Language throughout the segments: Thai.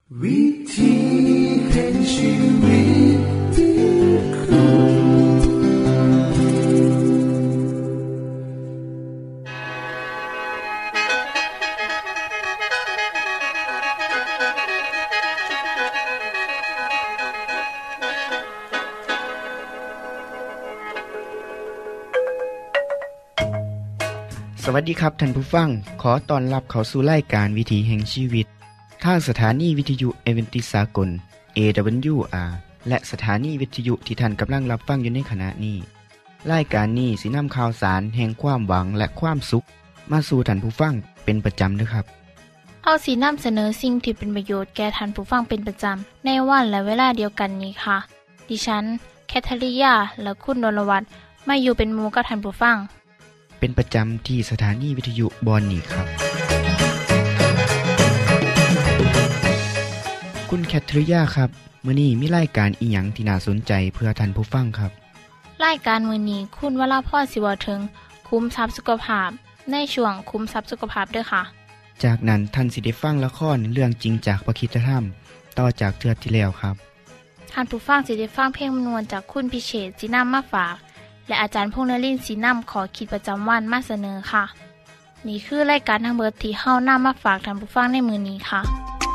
วิธีแห่งชีวิตที่คุณสวัสดีครับท่านผู้ฟังขอต้อนรับเข้าสู่รายการวิถีแห่งชีวิตทางสถานีวิทยุเอเวนติสากล AWR และสถานีวิทยุที่ท่านกำลังรับฟังอยู่ในขณะนี้รายการนี้สินำข่าวสารแห่งความหวังและความสุขมาสู่ท่านผู้ฟังเป็นประจำนะครับเอาสินำเสนอสิ่งที่เป็นประโยชน์แก่ท่านผู้ฟังเป็นประจำในวันและเวลาเดียวกันนี้ค่ะดิฉันแคทริยาและคุณดลวัฒน์มาอยู่เป็นหมู่กับท่านผู้ฟังเป็นประจำที่สถานีวิทยุบอนนี่ครับคุณแคทริยาครับมื้อนี้มีรายการอีหยังที่น่าสนใจเพื่อท่านผู้ฟังครับรายการมื้อนี้คุณวราพรสิเว้าถึงคุ้มทรัพย์สุขภาพในช่วงคุ้มทรัพย์สุขภาพด้วยค่ะจากนั้นท่านสิได้ฟังละครเรื่องจริงจากพระคริสตธรรมต่อจากเทื่อที่แล้วครับท่านผู้ฟังสิได้ฟังเพลงมนวนจากคุณพิเชษฐ์สินำมาฝากและอาจารย์พงษ์นฤมลศรีนำขอคิดประจำวันมาเสนอค่ะนี่คือรายการทั้งเบิดที่เฮานำมาฝากท่านผู้ฟังในมื้อนี้ค่ะ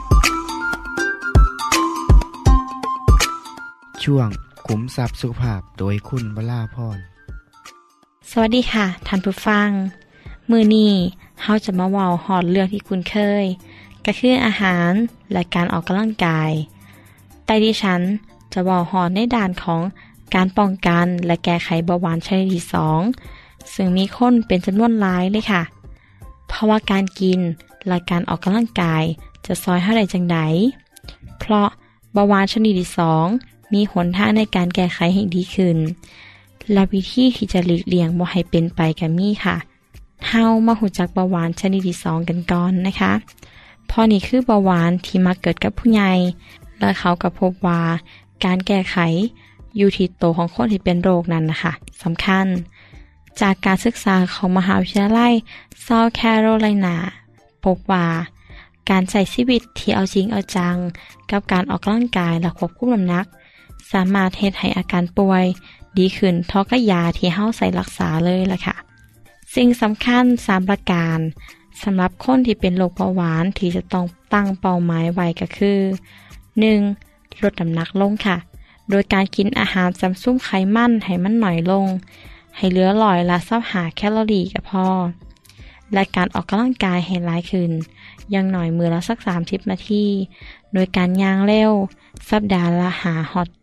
ช่วงขุมทรัพย์สุขภาพโดยคุณวราพรสวัสดีค่ะท่านผู้ฟังมื้อนี้เฮาจะมาเว้าฮอดเรื่องที่คุณเคยก็คืออาหารและการออกกำลังกายแต่ดิฉันจะเว้าฮอดในด้านของการป้องกันและแก้ไขเบาหวานชนิดที่2ซึ่งมีคนเป็นจำนวนหลายเลยค่ะเพราะว่าการกินและการออกกำลังกายจะซอยเฮาได้จังไดเพราะเบาหวานชนิดที่2มีหนทางในการแก้ไขให้ดีขึ้นและวิธีที่จะหลีกเลี่ยงบ่ให้เป็นไปก็มีค่ะเฮามารู้จักเบาหวานชนิดที่2กันก่อนนะคะเพราะนี่คือเบาหวานที่มักเกิดกับผู้ใหญ่และเขาก็พบว่าการแก้ไขอยู่ที่โตของคนที่เป็นโรคนั้นนะคะสำคัญจากการศึกษาของมหาวิทยาลัยเซาท์แคโรไลนาพบว่าการใช้ชีวิตที่เอาจริงเอาจังกับการออกกำลังกายและควบคุมน้ำหนักสามารถเฮ็ดให้อาการป่วยดีขึ้นเท่ากับยาที่เฮาใส่รักษาเลยล่ะค่ะสิ่งสำคัญ3ประการสำหรับคนที่เป็นโรคเบาหวานที่จะต้องตั้งเป้าหมายไว้ก็คือ 1. ลดน้ำหนักลงค่ะโดยการกินอาหารจำซุ่มไขมันให้มันหน่อยลงให้เหลือ125 แคลอรี่ก็พอและการออกกำลังกายให้หลายขึ้นอย่างหน่อยมื้อละสัก30นาทีโดยการย่างเร็วสัปดาห์ละ5 ฮอต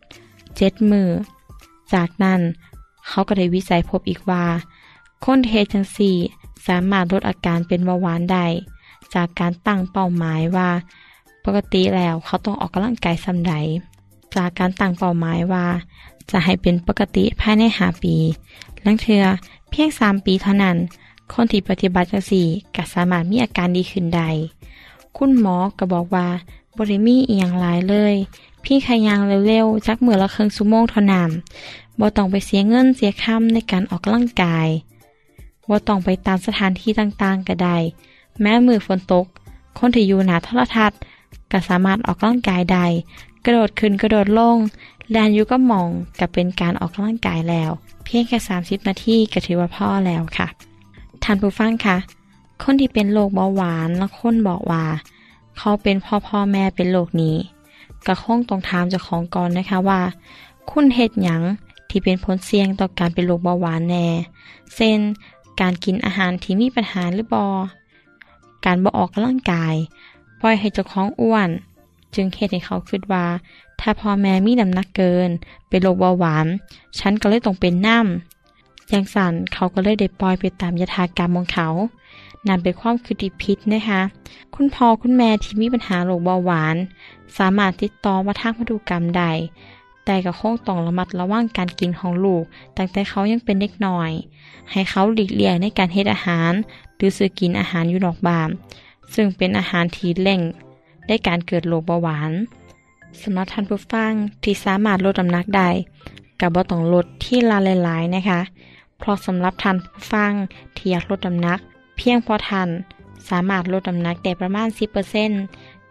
7 มื้อจากนั้นเขาก็ได้วิจัยพบอีกว่าคนที่เฮ็ดจังซี่สามารถลดอาการเป็นเบาหวานได้จากการตั้งเป้าหมายว่าปกติแล้วเขาต้องออกกำลังกายส่ำใดจากการตั้งเป้าหมายว่าจะให้เป็นปกติภายใน5 ปีลังเทื่อเพียง3 ปีเท่านั้นคนที่ปฏิบัติจังซี่ก็สามารถมีอาการดีขึ้นได้คุณหมอก็บอกว่าบ่ได้มีอีหยังหลายเลยเพียงแค่ย่างเร็วๆจักมื้อละครึ่งชั่วโมงเท่านั้นบ่ต้องไปเสียเงินเสียค่าในการออกกำลังกายบ่ต้องไปตามสถานที่ต่างๆก็ได้แม้มื้อฝนตกคนที่อยู่หน้าโทรทัศน์ก็สามารถออกกำลังกายได้กระโดดขึ้นกระโดดลงแล่นอยู่กับหม่องก็เป็นการออกกำลังกายแล้วเพียงแค่30นาทีก็ถือว่าพอแล้วค่ะท่านผู้ฟังคะคนที่เป็นโรคเบาหวานและคนบอกว่าเขาเป็นพ่อแม่เป็นโรคนี้ก็คงต้องถามเจ้าของก่อนนะคะว่าคุณเฮ็ดหยังที่เป็นผลเสี่ยงต่อการเป็นโรคเบาหวานแน่เช่นการกินอาหารที่มีปัญหาหรือบ่การบ่ออกกำลังกายปล่อยให้เจ้าของอ้วนจึงเฮ็ดให้เขาคิดว่าถ้าพ่อแม่มีน้ำหนักเกินเป็นโรคเบาหวานฉันก็เลยต้องเป็นน้ำอย่างสั่นเขาก็เลยได้ปล่อยไปตามยถากรรมของเขานั่นเป็นความคิดที่ผิดนะคะคุณพ่อคุณแม่ที่มีปัญหาโรคเบาหวานสามารถติดต่อมาทางพันธุกรรมได้แต่ก็คงต้องระมัดระวังการกินของลูกตั้งแต่เขายังเป็นเด็กน้อยให้เขาหลีกเลี่ยงในการเฮ็ดอาหารหรือซื้อกินอาหารอยู่นอกบ้านซึ่งเป็นอาหารที่เร่งได้การเกิดโรคเบาหวานสำหรับท่านผู้ฟังที่สามารถลดน้ำหนักได้ก็บ่ต้องลดที่ละหลายๆนะคะเพราะสำหรับท่านผู้ฟังที่อยากลดน้ำหนักเพียงพอท่านสามารถลดน้ำหนักได้ประมาณ 10%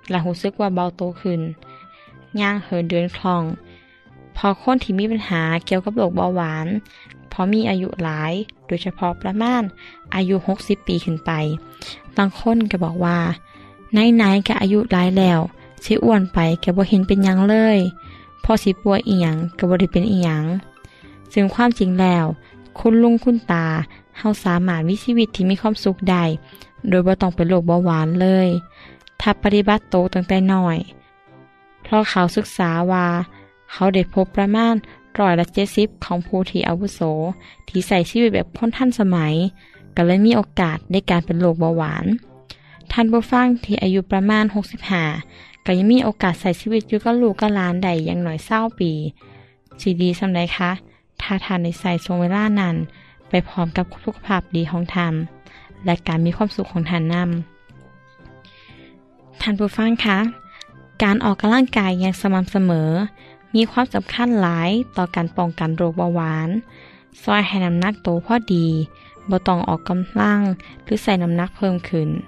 และรู้สึกว่าเบาโตขึ้นย่างเหินเดินคล่องพอคนที่มีปัญหาเกี่ยวกับโรคเบาหวานพอมีอายุหลายโดยเฉพาะประมาณอายุ60ปีขึ้นไปบางคนก็บอกว่าไหนๆก็อายุหลายแล้วสิอ้วนไปก็บ่เห็นเป็นหยังเลยพอสิป่วยอีหยังก็บ่ได้เป็นอีหยังซึ่งความจริงแล้วคุณลุงคุณตาเฮาสามารถมีชีวิตที่มีความสุขได้โดยบ่ต้องเป็นโรคเบาหวานเลยถ้าปฏิบัติโตตั้งแต่น้อยเพราะเขาศึกษาว่าเขาได้พบประมาณ70%ของผู้ที่อาวุโสที่ใส่ชีวิตแบบคนทันสมัยก็เลยมีโอกาสในการเป็นโรคเบาหวานท่านผู้ฟังที่อายุประมาณ65ก็ยังมีโอกาสใส่ชีวิตอยู่กับลูกกับหลานได้อย่างน้อย20ปีสิดีส่ำใดคะถ้าท่านได้ใส่ช่วงเวลานั้นไปพร้อมกับสุขภาพดีของท่านและการมีความสุขของท่านนำท่านผู้ฟังคะการออกกำลังกายอย่างสม่ำเสมอมีความสำคัญหลายต่อการป้องกันโรคเบาหวานซอยให้น้ำหนักโตพอดีบ่ต้องออกกำลังหรือใส่น้ำหนักเพิ่มขึ้น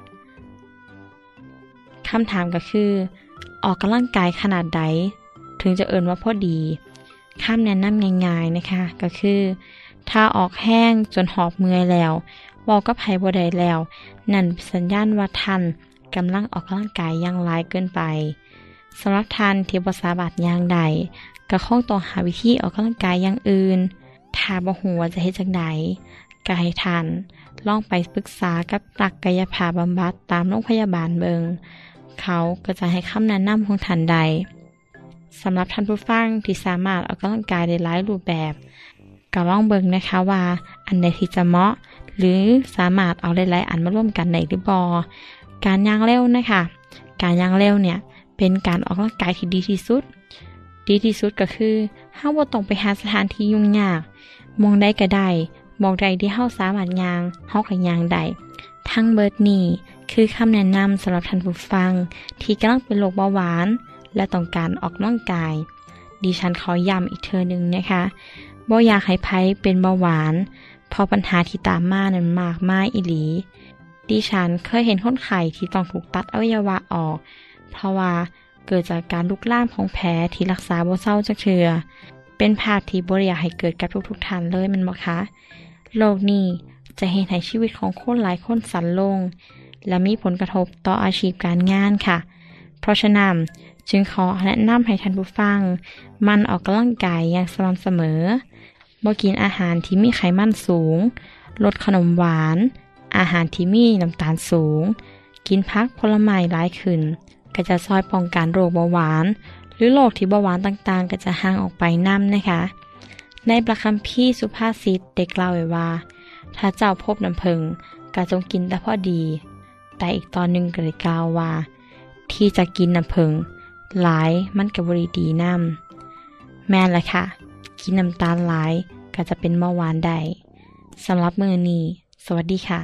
คำถามก็คือออกกำลังกายขนาดใดถึงจะเอิ้นว่าพอดีคำแนะนำง่ายๆนะคะก็คือถ้าออกแห้งจนหอบเมื่อยแล้วเว้ากับไผบ่ได้แล้วนั่นเป็นสัญญาณว่าท่านกำลังออกกำลังกายอย่างหลายเกินไปสำหรับท่านที่บ่สามารถย่างได้ก็คงต้องหาวิธีออกกำลังกายอย่างอื่นถ้าบ่ฮู้ว่าจะเฮ็ดจั่งใดก็ให้ท่านลองไปปรึกษากับนักกายภาพบำบัดตามโรงพยาบาลเบิงเขาก็จะให้คำแนะนำของท่านใดสำหรับท่านผู้ฟังที่สามารถออกกำลังกายได้หลายรูปแบบก็ลองเบิงนะคะว่าอันใดที่จะเหมาะหรือสามารถเอาหลายๆอันมาร่วมกันได้หรือบ่การย่างเร็วนะคะการย่างเร็วเนี่ยเป็นการออกกำลังกายที่ดีที่สุดก็คือเฮาบ่ต้องไปหาสถานที่ยุ่งยากมองได้ก็ได้มองใดที่เฮาสามารถย่างเฮาก็ย่างได้ทั้งเบิดนี้คือคำแนะนำสำหรับท่านผู้ฟังที่กำลังเป็นโรคเบาหวานและต้องการออกกำลังกายดิฉันขอย้ำอีกเทื่อนึงนะคะบ่อยากให้ไผเป็นเบาหวานเพราะปัญหาที่ตามมานั้นมากมายอีหลีดิฉันเคยเห็นคนไข้ที่ต้องถูกตัดอวัยวะออกเพราะว่าเกิดจากการลุกลามของแผลที่รักษาบ่เศร้าจักเทื่อเป็นภาพที่บ่อยากให้เกิดกับทุกท่านเลยแม่นบ่คะโรคนี้จะเฮ็ดให้ชีวิตของคนหลายคนสั่นลงและมีผลกระทบต่ออาชีพการงานค่ะเพราะฉะนั้นจึงขอแนะนำให้ท่านผู้ฟังมันออกกำลังกายอย่างสม่ำเสมอบ่กินอาหารที่มีไขมันสูงลดขนมหวานอาหารที่มีน้ำตาลสูงกินผักผลไม้หลายขึ้นก็จะช่วยป้องกันโรคเบาหวานหรือโรคที่เบาหวานต่างๆก็จะห่างออกไปนำนะคะในพระคัมภีร์สุภาษิตได้กล่าวไว้ว่าถ้าเจ้าพบน้ำผึ้งก็จงกินแต่พอดีแต่อีกตอนหนึ่งก็ได้กล่าวว่าที่จะกินน้ำผึ้งหลายมันก็บ่ดีนำแม่นล่ะค่ะกินน้ำตาลหลายก็จะเป็นเบาหวานได้สำหรับมื้อนี้สวัสดีค่ะ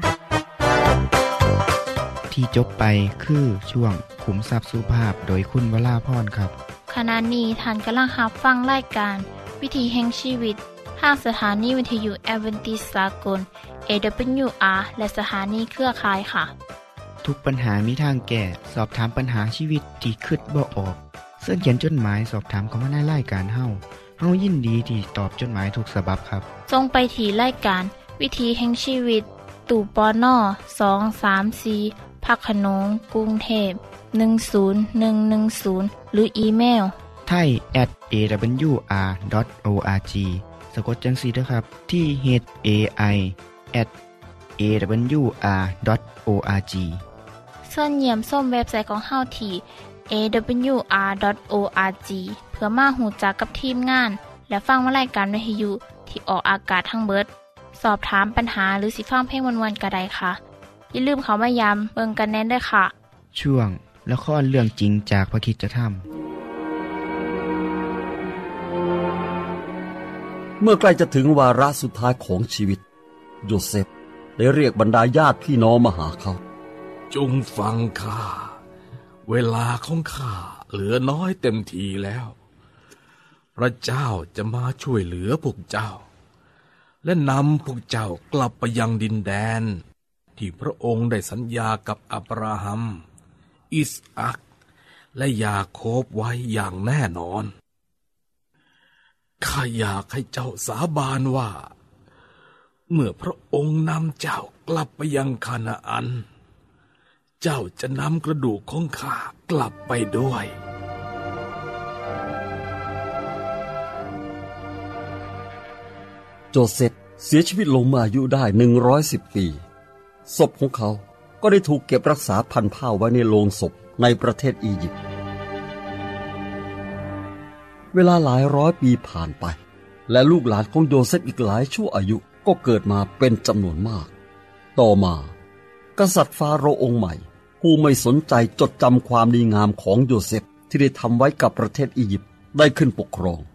ที่จบไปคือช่วงขุมทรัพย์สุภาพโดยคุณวราพรครับขณะนี้ท่านกำลังรับฟังรายการวิถีแห่งชีวิตทางสถานีวิทยุแอดเวนทิสต์สากล AWR และสถานีเครือข่ายค่ะทุกปัญหามีทางแก้สอบถามปัญหาชีวิตที่คิดบ่ออกเสิร์ชเขียนจดหมายสอบถามเข้ามาในรายการเฮายินดีที่ตอบจดหมายทุกฉบับครับส่งไปที่รายการวิถีแห่งชีวิตตู้ปน234พักขนงกรุงเทพ10110หรืออีเมล thai@awr.org สะกดจังซี่เด้อครับที่ hai@awr.org ส่วนเยี่ยมส้มเว็บไซต์ของเฮาที่ awr.org เพื่อมาหูจักกับทีมงานและฟังวารายการวิทยุที่ออกอากาศทั้งเบิดสอบถามปัญหาหรือสิฟังเพลงวนๆก็ได้ค่ะอย่าลืมเข้ามาย้ำเบิ่งกันแน่นด้วยค่ะช่วงละครเรื่องจริงจากพระคริสตธรรมเมื่อใกล้จะถึงวาระสุดท้ายของชีวิตโยเซฟได้เรียกบรรดาญาติพี่น้องมาหาเขาจงฟังข้าเวลาของข้าเหลือน้อยเต็มทีแล้วพระเจ้าจะมาช่วยเหลือพวกเจ้าและนำพวกเจ้ากลับไปยังดินแดนที่พระองค์ได้สัญญากับอับราฮัมอิสอัคและยาโคบไว้อย่างแน่นอนข้าอยากให้เจ้าสาบานว่าเมื่อพระองค์นำเจ้ากลับไปยังคานาอันเจ้าจะนำกระดูกของข้ากลับไปด้วยโจเซฟเสียชีวิตลงเมื่ออายุได้110 ปีศพของเขาก็ได้ถูกเก็บรักษาพันผ้าไว้ในโลงศพในประเทศอียิปต์เวลาหลายร้อยปีผ่านไปและลูกหลานของโยเซฟอีกหลายชั่วอายุก็เกิดมาเป็นจำนวนมากต่อมากษัตริย์ฟาโรห์องค์ใหม่ผู้ไม่สนใจจดจำความดีงามของโยเซฟที่ได้ทำไว้กับประเทศอียิปต์ได้ขึ้นปกครอง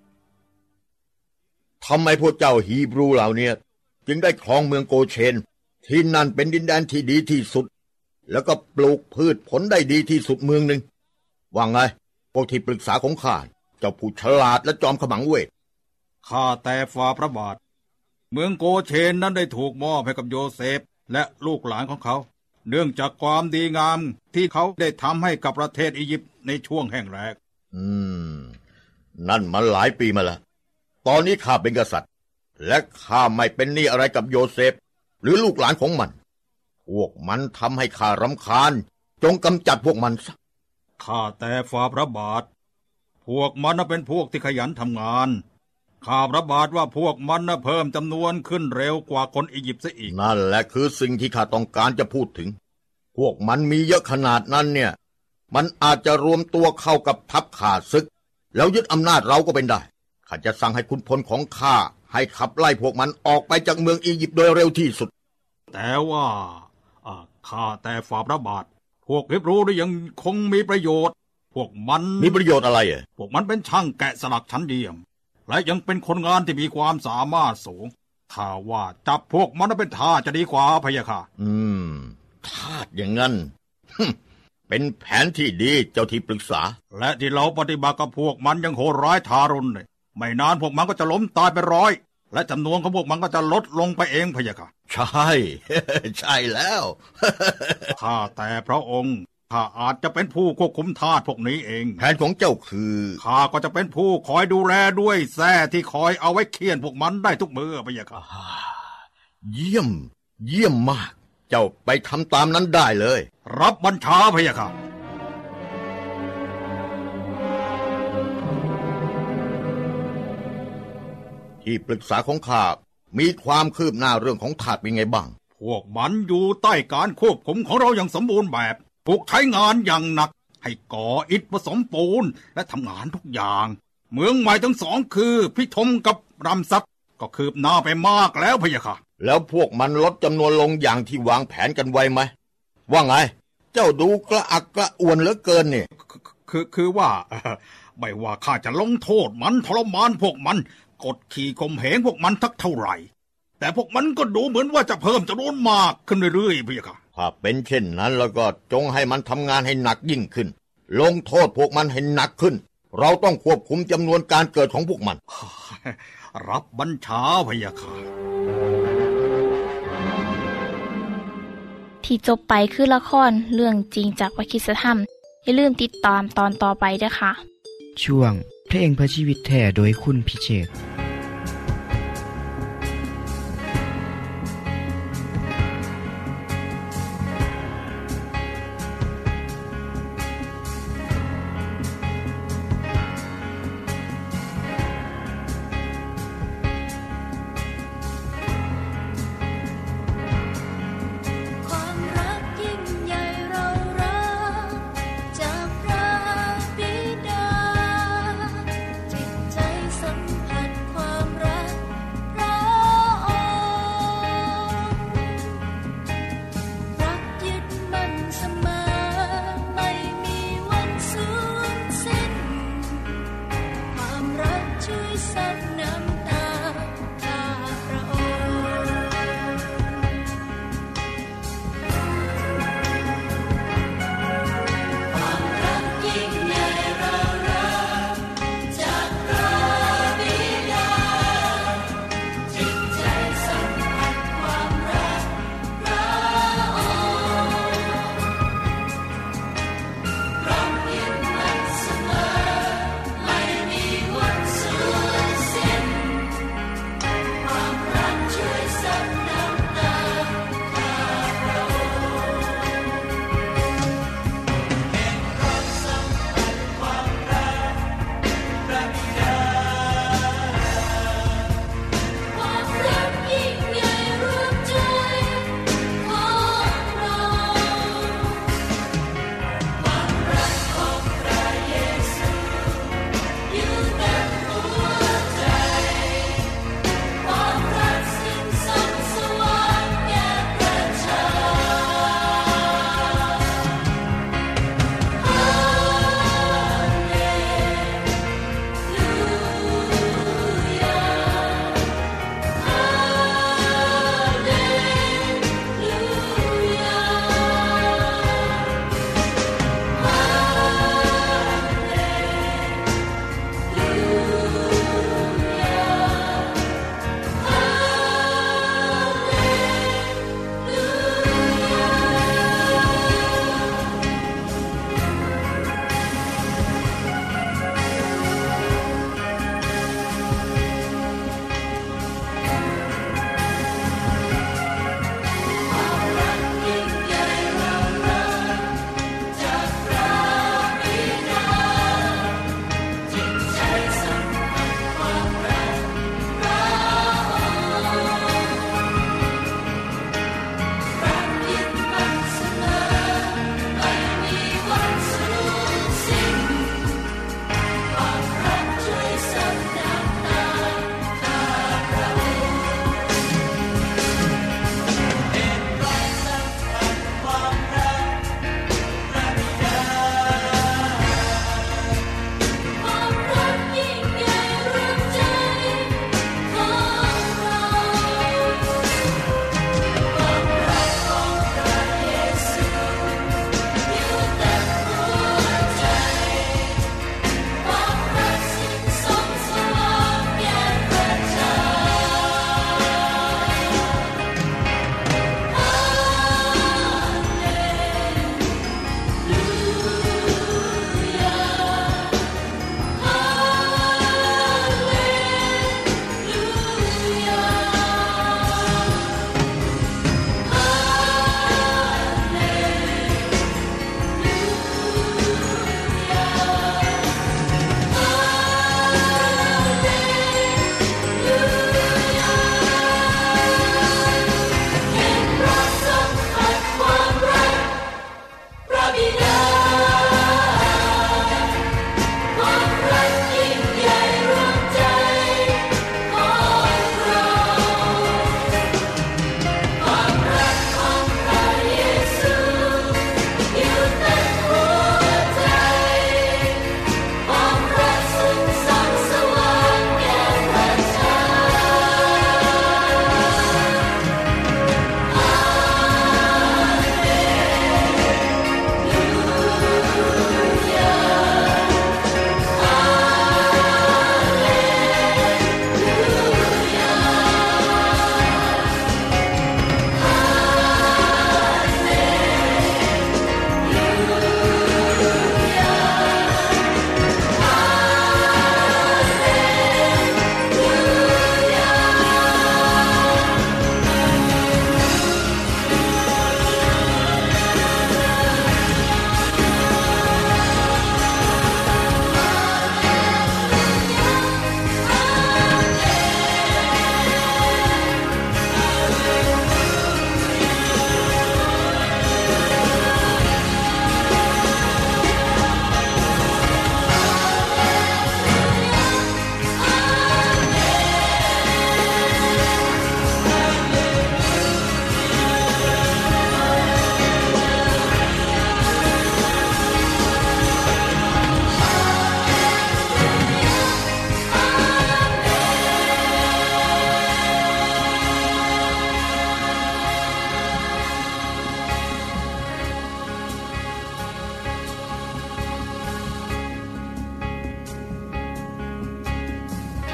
ทำไมพวกเจ้าฮีบรูเหล่านี้จึงได้ครองเมืองโกเชนที่นั่นเป็นดินแดนที่ดีที่สุดแล้วก็ปลูกพืชผลได้ดีที่สุดเมืองหนึ่งว่าไงพวกที่ปรึกษาของข้าเจ้าผู้ฉลาดและจอมขมังเวทข้าแต่ฝ่าพระบาทเมืองโกเชนนั้นได้ถูกมอบให้กับโยเซฟและลูกหลานของเขาเนื่องจากความดีงามที่เขาได้ทำให้กับประเทศอียิปต์ในช่วงแห้งแล้งนั่นมันหลายปีมาแล้วตอนนี้ข้าเป็นกษัตริย์และข้าไม่เป็นหนี้อะไรกับโยเซฟหรือลูกหลานของมันพวกมันทำให้ข้ารำคาญจงกำจัดพวกมันซะข้าแต่ฝ่าพระบาทพวกมันเป็นพวกที่ขยันทำงานข้าพระบาทว่าพวกมันเพิ่มจำนวนขึ้นเร็วกว่าคนอียิปต์ซะอีกนั่นแหละคือสิ่งที่ข้าต้องการจะพูดถึงพวกมันมีเยอะขนาดนั้นเนี่ยมันอาจจะรวมตัวเข้ากับทัพข้าศึกแล้วยึดอำนาจเราก็เป็นได้ข้าจะสั่งให้ขุนพลของข้าให้ขับไล่พวกมันออกไปจากเมืองอียิปต์โดยเร็วที่สุดแต่ว่าข้าแต่ฝ่าพระบาทพวกฮิบรูนี่ยังคงมีประโยชน์พวกมันมีประโยชน์อะไรพวกมันเป็นช่างแกะสลักชั้นเยี่ยมและยังเป็นคนงานที่มีความสามารถสูงข้าว่าจับพวกมันเป็นทาสจะดีกว่าพะยะค่ะทาสอย่างนั้น เป็นแผนที่ดีเจ้าที่ปรึกษาและที่เราปฏิบัติกับพวกมันยังโหดร้ายทารุณเลยไม่นานพวกมันก็จะล้มตายไปร้อยและจำนวนของพวกมันก็จะลดลงไปเองพะยะค่ะใช่ ใช่แล้วข้าแต่พระองค์ข้าอาจจะเป็นผู้ควบคุมทาสพวกนี้เองแผนของเจ้าคือข้าก็จะเป็นผู้คอยดูแลด้วยแส้ที่คอยเอาไว้เคี่ยนพวกมันได้ทุกมื้อพะยะค่ะเยี่ยมมากเจ้าไปทำตามนั้นได้เลยรับบัญชาพะยะค่ะที่ปรึกษาของข้ามีความคืบหน้าเรื่องของทาสเป็นไงบ้างพวกมันอยู่ใต้การควบคุมของเราอย่างสมบูรณ์แบบถูกใช้งานอย่างหนักให้ก่ออิฐผสมปูนและทำงานทุกอย่างเมืองใหม่ทั้งสองคือพิทมกับรัมซัสก็คืบหน้าไปมากแล้วพะยะค่ะแล้วพวกมันลดจำนวนลงอย่างที่วางแผนกันไว้ไหมว่าไงเจ้าดูกระอักกระอ่วนเหลือเกินนี่คือว่าไม่ว่าข้าจะลงโทษมันทรมานพวกมันกดขี่ข่มเหงพวกมันทักเท่าไหร่แต่พวกมันก็ดูเหมือนว่าจะเพิ่มจำนวนมากขึ้นเรื่อยๆพะยะค่ะถ้าเป็นเช่นนั้นแล้วก็จงให้มันทำงานให้หนักยิ่งขึ้นลงโทษพวกมันให้หนักขึ้นเราต้องควบคุมจำนวนการเกิดของพวกมันรับบัญชาพะยะค่ะที่จบไปคือละครเรื่องจริงจากวคิสธรรมอย่าลืมติดตามตอนต่อไปด้วยค่ะช่วงเพลงเพื่อชีวิตแท้โดยคุณพิเชษฐ์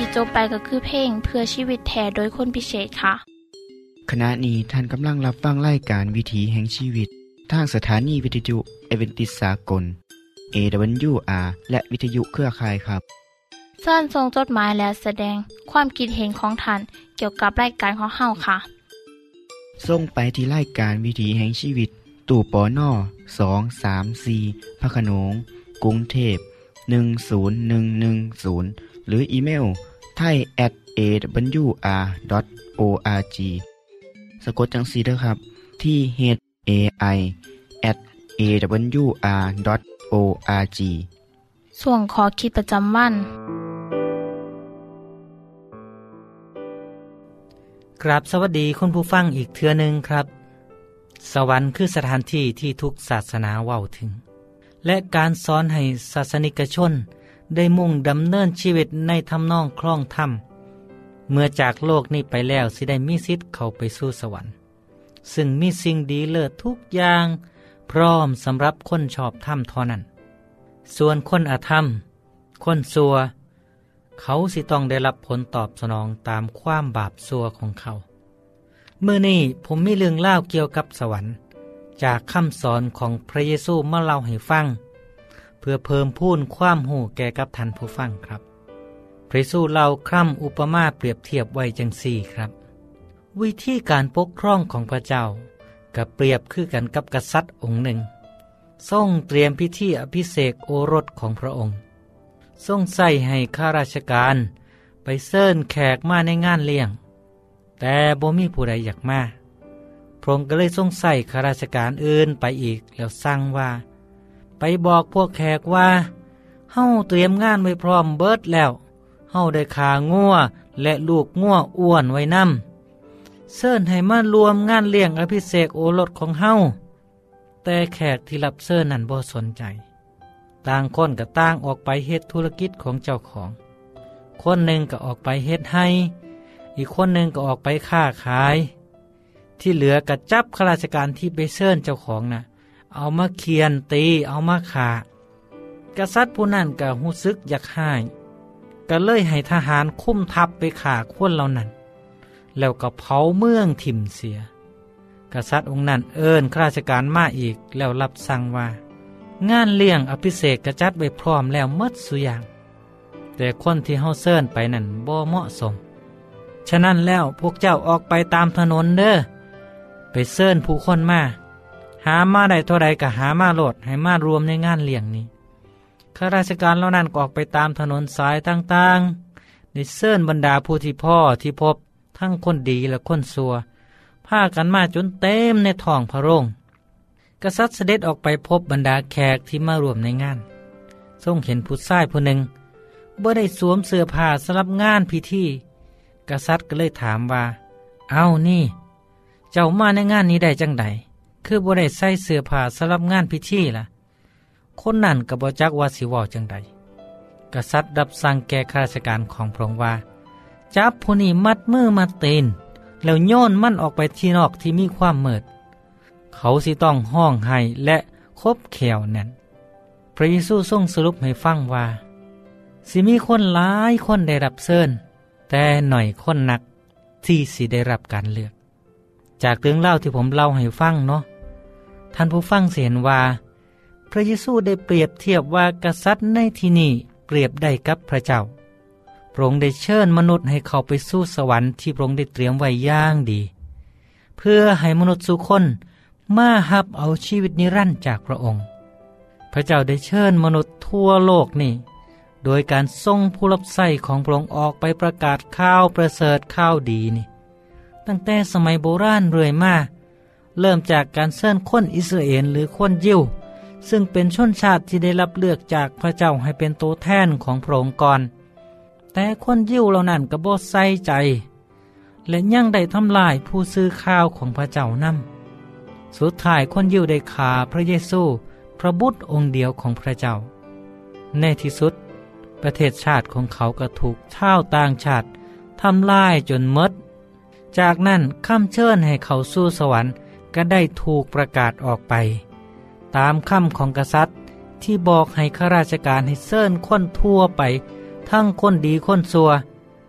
ที่จบไปก็คือเพลงเพื่อชีวิตแทนโดยคนพิเศษค่ะขณะนี้ท่านกำลังรับฟังรายการวิถีแห่งชีวิตทางสถานีวิทยุเอเวนติสากล AWR และวิทยุเครือข่ายครับเชิญส่งจดหมายและแสดงความคิดเห็นของท่านเกี่ยวกับรายการของเฮาค่ะส่งไปที่รายการวิถีแห่งชีวิตตู้ปน234พระโขนงกรุงเทพ10110หรืออีเมล thai@awr.org สะกดจังซี่เด้อครับที่ thai@awr.org ส่วนขอคิดประจำวันครับสวัสดีคุณผู้ฟังอีกเทื่อนึงครับสวรรค์คือสถานที่ที่ทุกศาสนาเว้าถึงและการสอนให้ศาสนิกชนได้มุ่งดำเนินชีวิตในทำนองคล่องธรรมเมื่อจากโลกนี้ไปแล้วสิได้มีสิทธิ์เข้าไปสู่สวรรค์ซึ่งมีสิ่งดีเลิศทุกอย่างพร้อมสำหรับคนชอบธรรมเท่านั้นส่วนคนอธรรมคนชั่วเขาสิต้องได้รับผลตอบสนองตามความบาปชั่วของเขามื้อนี้ผมมีเรื่องเล่าเกี่ยวกับสวรรค์จากคำสอนของพระเยซูมาเล่าให้ฟังเพื่อเพิ่มพูนความรู้แก่กับท่านผู้ฟังครับพระเยซูเล่าคำอุปมาเปรียบเทียบไว้จังซี่ครับวิธีการปกครองของพระเจ้าก็เปรียบคือกันกับกษัตริย์องค์หนึ่งทรงเตรียมพิธีอภิเษกโอรสของพระองค์ทรงใส่ให้ข้าราชการไปเชิญแขกมาในงานเลี้ยงแต่บ่มีผู้ใดอยากมาพระองค์ก็เลยทรงใส่ข้าราชการอื่นไปอีกแล้วสั่งว่าไปบอกพวกแขกว่าเฮาเตรียมงานไว้พร้อมเบิดแล้วเฮาได้ขางัวและลูกงัวอ้วนไว้นำเชิญให้มารวมงานเลี้ยงอภิเษกโอรสของเฮาแต่แขกที่รับเชิญนั้นบ่สนใจต่างคนก็ต่างออกไปเฮ็ดธุรกิจของเจ้าของคนหนึ่งก็ออกไปเฮ็ดให้อีกคนหนึ่งก็ออกไปค้าขายที่เหลือก็จับข้าราชการที่ไปเชิญเจ้าของน่ะเอามาเคี่ยนตีเอามาฆ่ากษัตริย์ผู้นั้นก็รู้สึกอยากให้ก็เลยให้ทหารคุ้มทัพไปฆ่าคนเหล่านั้นแล้วก็เผาเมืองถิ่มเสียกษัตริย์องค์นั้นเอิ้นข้าราชการมาอีกแล้วรับสั่งว่างานเลี้ยงอภิเษกกระจัดไว้พร้อมแล้วหมดสุอย่างแต่คนที่เฮาเชิญไปนั่นบ่เหมาะสมฉะนั้นแล้วพวกเจ้าออกไปตามถนนเด้อไปเชิญผู้คนมาหามาได้เท่าใดก็หามาโลดให้มารวมในงานเลี้ยงนี้ข้าราชการเหล่านั้นก็ออกไปตามถนนสายต่างๆได้เชิญบรรดาผู้ที่พ่อที่พบทั้งคนดีและคนชั่วพากันมาจนเต็มในท้องพระโรงกษัตริย์เสด็จออกไปพบบรรดาแขกที่มารวมในงานทรงเห็นผู้ชายผู้หนึ่งบ่ได้สวมเสื้อผ้าสำหรับงานพิธีกษัตริย์ก็เลยถามว่าเอานี่เจ้ามาในงานนี้ได้จังใดคือบ่ได้ใส่เสื้อผ้าสำหรับงานพิธีล่ะคนนั้นก็บ่จักว่าสิเว้าจังใดกษัตริย์รับสั่งแก่ข้าราชการของพระองค์ว่าจับผู้นี้มัดมือมัดตีนแล้วโยนมันออกไปที่นอกที่มีความมืดเขาสิต้องห้องไห้และคบแขวแน่นพระเยซูทรงสรุปให้ฟังว่าสิมีคนหลายคนได้รับเชิญแต่หน่อยคนนักที่สิได้รับการเลือกจากเรื่องเล่าที่ผมเล่าให้ฟังเนาะท่านผู้ฟังเห็นว่าพระเยซูได้เปรียบเทียบว่ากษัตริย์ในที่นี้เปรียบได้กับพระเจ้าพระองค์ได้เชิญมนุษย์ให้เข้าไปสู่สวรรค์ที่พระองค์ได้เตรียมไว้อย่างดีเพื่อให้มนุษย์ทุกคนมาหับเอาชีวิตนิรันดร์จากพระองค์พระเจ้าได้เชิญมนุษย์ทั่วโลกนี่โดยการส่งผู้รับใช้ของพระองค์ออกไปประกาศข่าวประเสริฐข่าวดีนี่ตั้งแต่สมัยโบราณเรื่อยมาเริ่มจากการเชิญคนอิสราเอลหรือคนยิวซึ่งเป็นชนชาติที่ได้รับเลือกจากพระเจ้าให้เป็นตัวแทนของพระองค์ก่อนแต่คนยิวเหล่านั้นก็บ่ใส่ใจและยังได้ทำลายผู้ซื้อข่าวของพระเจ้านำสุดท้ายคนยิวได้ฆ่าพระเยซูพระบุตรองค์เดียวของพระเจ้าในที่สุดประเทศชาติของเขาก็ถูกชาวต่างชาติทำลายจนหมดจากนั้นคำเชิญให้เขาสู่สวรรค์ก็ได้ถูกประกาศออกไปตามคำของกษัตริย์ที่บอกให้ข้าราชการให้เชิญคนทั่วไปทั้งคนดีคนชั่ว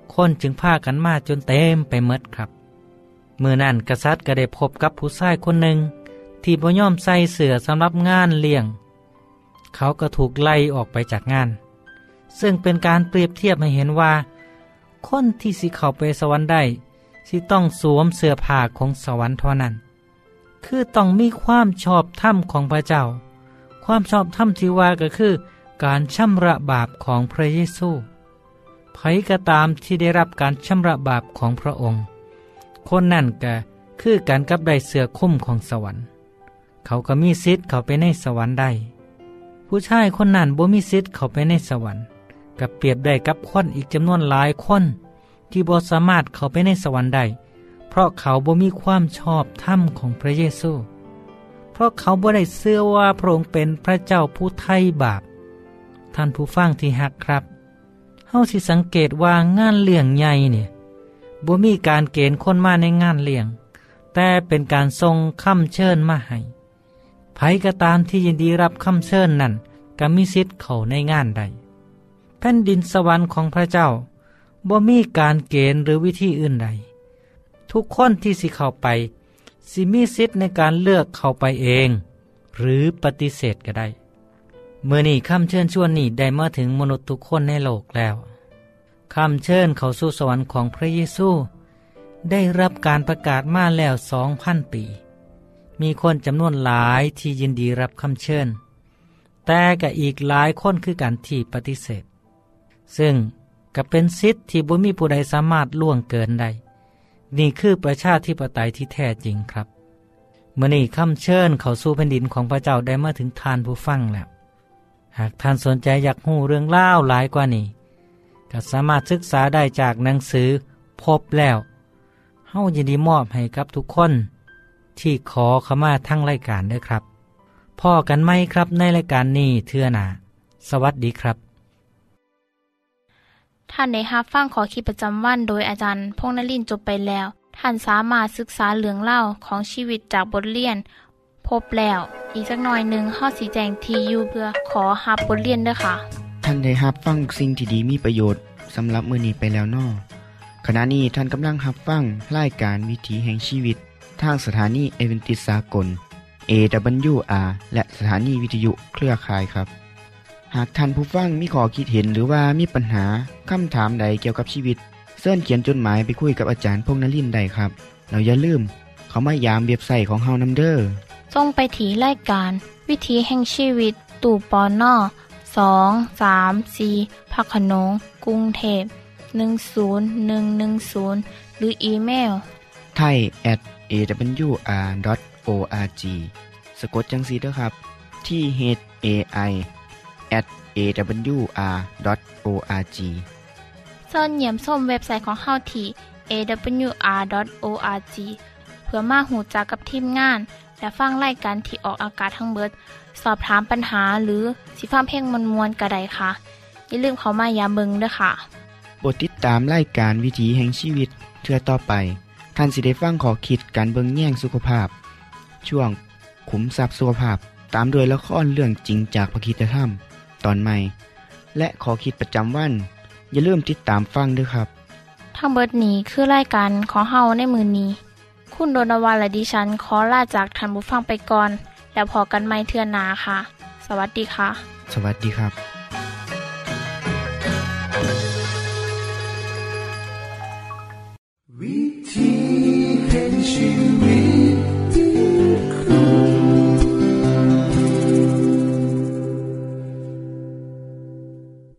คนจึงพากันมาจนเต็มไปหมดครับมื้อนั้นกษัตริย์ก็ได้พบกับผู้ชายคนหนึ่งที่บ่ยอมใส่เสื้อสำหรับงานเลี้ยงเขาก็ถูกไล่ออกไปจากงานซึ่งเป็นการเปรียบเทียบให้เห็นว่าคนที่สิเข้าไปสวรรค์ได้สิต้องสวมเสื้อผ้าของสวรรค์เท่านั้นคือต้องมีความชอบธรรมของพระเจ้าความชอบธรรมที่ว่าก็คือการชำระบาปของพระเยซูไผก็ตามที่ได้รับการชำระบาปของพระองค์คนนั่นก็คือการกับได้เสื้อคลุมของสวรรค์เขาก็มีสิทธิ์เข้าไปในสวรรค์ได้ผู้ชายคนนั้นบ่มีสิทธิ์เข้าไปในสวรรค์กับเปรียบได้กับคนอีกจำนวนหลายคนที่บ่สามารถเข้าไปในสวรรค์ได้เพราะเขาบ่มีความชอบธรรมของพระเยซูเพราะเขาบ่ได้เชื่อว่าพระองค์เป็นพระเจ้าผู้ไถ่บาปท่านผู้ฟังที่รักครับเฮาสิสังเกตว่างานเลี้ยงใหญ่เนี่ยบ่มีการเกณฑ์คนมาในงานเลี้ยงแต่เป็นการส่งคำเชิญมาให้ไผก็ตามที่ยินดีรับคำเชิญนั้นก็มีสิทธิ์เข้าในงานได้แผ่นดินสวรรค์ของพระเจ้าบ่มีการเกณฑ์หรือวิธีอื่นใดทุกคนที่สิเข้าไปสิมีสิทธิ์ในการเลือกเข้าไปเองหรือปฏิเสธก็ได้เมื่อนี้คำเชิญชวนนี้ได้มาถึงมนุษย์ทุกคนในโลกแล้วคำเชิญเข้าสู่สวรรค์ของพระเยซูได้รับการประกาศมาแล้ว 2,000 ปีมีคนจำนวนหลายที่ยินดีรับคำเชิญแต่ก็อีกหลายคนคือกันที่ปฏิเสธซึ่งก็เป็นสิทธิ์ที่บ่มีผู้ใดสามารถล่วงเกินได้นี่คือประชาธิปไตยที่แท้จริงครับเมื่อนี้คำเชิญเข้าสู่แผ่นดินของพระเจ้าได้มาถึงทานผู้ฟังแล้วหากท่านสนใจอยากรู้เรื่องเล่าหลายกว่านี้ก็สามารถศึกษาได้จากหนังสือพบแล้วเฮายินดีมอบให้กับทุกคนที่ขอเข้ามาทั้งรายการด้วยครับพ่อกันไหมครับในรายการนี้เทื่อหน้าสวัสดีครับท่านได้รับฟังขอคิดประจำวันโดยอาจารย์พงษ์นฤมย์จบไปแล้วท่านสามารถศึกษาเรื่องเล่าของชีวิตจากบทเรียนพบแล้วอีกสักหน่อยหนึ่งเฮาสิแจ้งที่อยู่เพื่อขอรับบทเรียนด้วยค่ะท่านได้รับฟังสิ่งที่ดีมีประโยชน์สำหรับมื้อนี้ไปแล้วน้อขณะนี้ท่านกำลังรับฟังรายการวิถีแห่งชีวิตทางสถานีเอเวนติสากล AWR และสถานีวิทยุเครือข่ายครับหากท่านผู้ฟังมีข้อคิดเห็นหรือว่ามีปัญหาคำถามใดเกี่ยวกับชีวิตเชิญเขียนจดหมายไปคุยกับอาจารย์พงษ์นฤมย์ได้ครับแล้วอย่าลืมเข้ามายามเว็บไซต์ของเฮานำเด้อส่งไปที่รายการวิถีแห่งชีวิตตู้ปน234พักขนงกรุงเทพ10110หรืออีเมล thai@awr.org สะกดจังซี่เด้อครับที่ thai@awr.org เชิญเยี่ยมชมเว็บไซต์ของเฮาที่ awr.org เพื่อมาหูจักกับทีมงานและฟังรายการที่ออกอากาศทั้งเบิดสอบถามปัญหาหรือสิฟังเพลงมวลๆก็ได้ค่ะอย่าลืมเข้ามายามเบิ่งด้วยค่ะโปรดติดตามรายการวิถีแห่งชีวิตเทื่อต่อไปท่านสิได้ฟังข้อคิดการเบิ่งแย่งสุขภาพช่วงขุมทรัพย์สุขภาพตามโดยละครเรื่องจริงจากพระคริสตธรรมตอนใหม่และข้อคิดประจำวันอย่าลืมติดตามฟังด้วยครับทั้งเบิดนี้คือรายการของเฮาในมื้อนี้คุณโดนวาและดิฉันขอลาจากท่านผู้ฟังไปก่อนแล้วพอกันใหม่เทื่อหน้าค่ะสวัสดีค่ะสวัสดีครับ